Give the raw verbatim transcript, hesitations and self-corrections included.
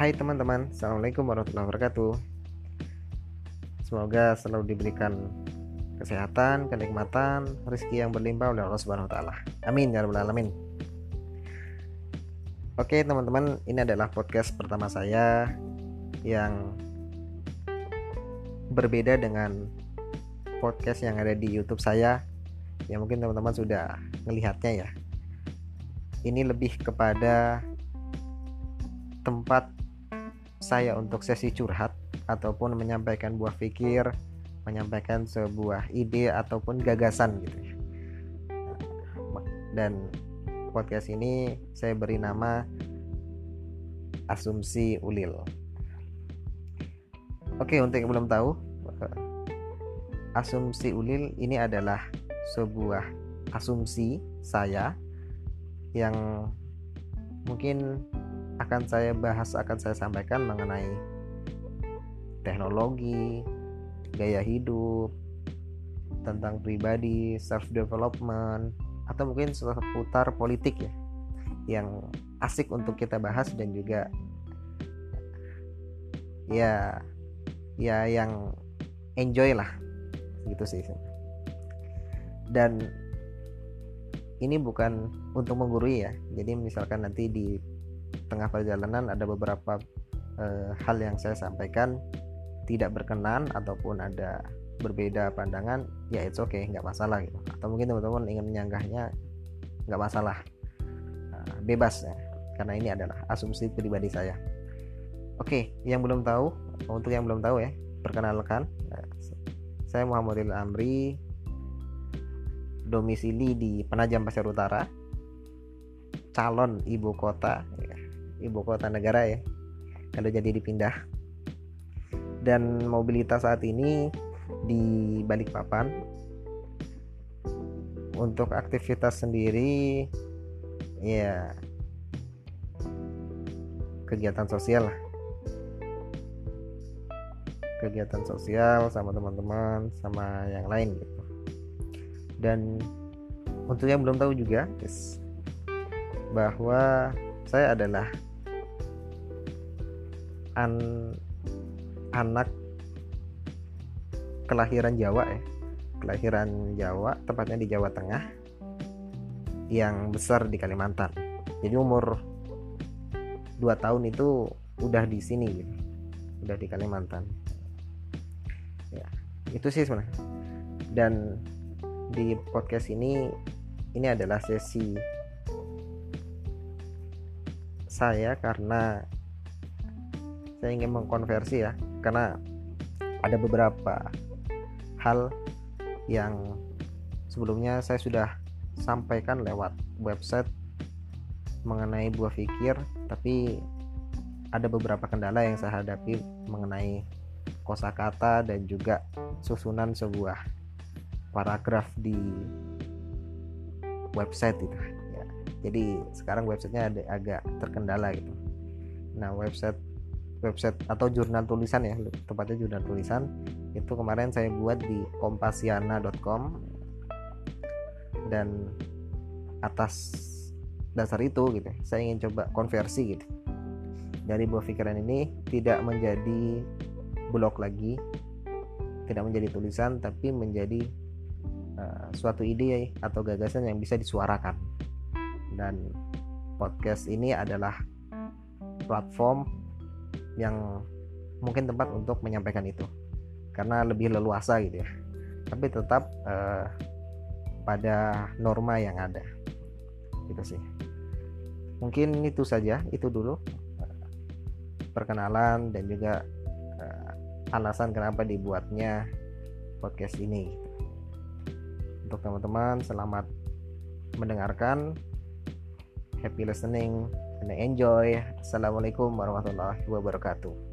Hai teman-teman, Assalamualaikum warahmatullahi wabarakatuh. Semoga selalu diberikan kesehatan, kenikmatan, rezeki yang berlimpah oleh Allah Subhanahu wa taala. Amin ya rabbal alamin. Oke teman-teman, ini adalah podcast pertama saya yang berbeda dengan podcast yang ada di YouTube saya. Ya mungkin teman-teman sudah melihatnya ya. Ini lebih kepada tempat saya untuk sesi curhat ataupun menyampaikan buah pikir, menyampaikan sebuah ide ataupun gagasan gitu ya. Dan podcast ini saya beri nama Asumsi Ulil. Oke, untuk yang belum tahu, Asumsi Ulil ini adalah sebuah asumsi saya yang mungkin akan saya bahas, akan saya sampaikan mengenai teknologi, gaya hidup, tentang pribadi, self development, atau mungkin seputar politik ya, yang asik untuk kita bahas dan juga ya ya yang enjoy lah gitu sih. Dan ini bukan untuk menggurui ya, jadi misalkan nanti di tengah perjalanan ada beberapa eh, hal yang saya sampaikan tidak berkenan ataupun ada berbeda pandangan, ya it's okay, nggak masalah gitu. Atau mungkin teman-teman ingin menyanggahnya, nggak masalah, nah, bebas ya, karena ini adalah asumsi pribadi saya. Oke, yang belum tahu, untuk yang belum tahu ya, perkenalkan, nah, saya Muhammadil Amri, domisili di Penajam Pasir Utara, calon ibu kota ya, ibu kota negara ya, kalau jadi dipindah. Dan mobilitas saat ini di Balikpapan. Untuk aktivitas sendiri ya kegiatan sosial lah, kegiatan sosial sama teman-teman, sama yang lain gitu. Dan untuk yang belum tahu juga guys, bahwa saya adalah an anak kelahiran Jawa ya, kelahiran Jawa, tepatnya di Jawa Tengah, yang besar di Kalimantan. Jadi umur dua tahun itu udah di sini gitu, udah di Kalimantan. Ya, itu sih sebenarnya. Dan di podcast ini ini adalah sesi saya karena saya ingin mengkonversi ya, karena ada beberapa hal yang sebelumnya saya sudah sampaikan lewat website mengenai buah pikir, tapi ada beberapa kendala yang saya hadapi mengenai kosakata dan juga susunan sebuah paragraf di website itu ya. Jadi sekarang websitenya ada agak terkendala gitu. Nah, website website atau jurnal tulisan ya, tepatnya jurnal tulisan itu kemarin saya buat di kompasiana dot com, dan atas dasar itu gitu saya ingin coba konversi gitu dari buah pikiran ini tidak menjadi blog lagi, tidak menjadi tulisan, tapi menjadi uh, suatu ide atau gagasan yang bisa disuarakan. Dan podcast ini adalah platform yang mungkin tempat untuk menyampaikan itu, karena lebih leluasa gitu ya, tapi tetap uh, pada norma yang ada gitu sih. Mungkin itu saja, itu dulu uh, perkenalan dan juga uh, alasan kenapa dibuatnya podcast ini gitu. Untuk teman-teman, selamat mendengarkan, happy listening and enjoy. Assalamualaikum warahmatullahi wabarakatuh.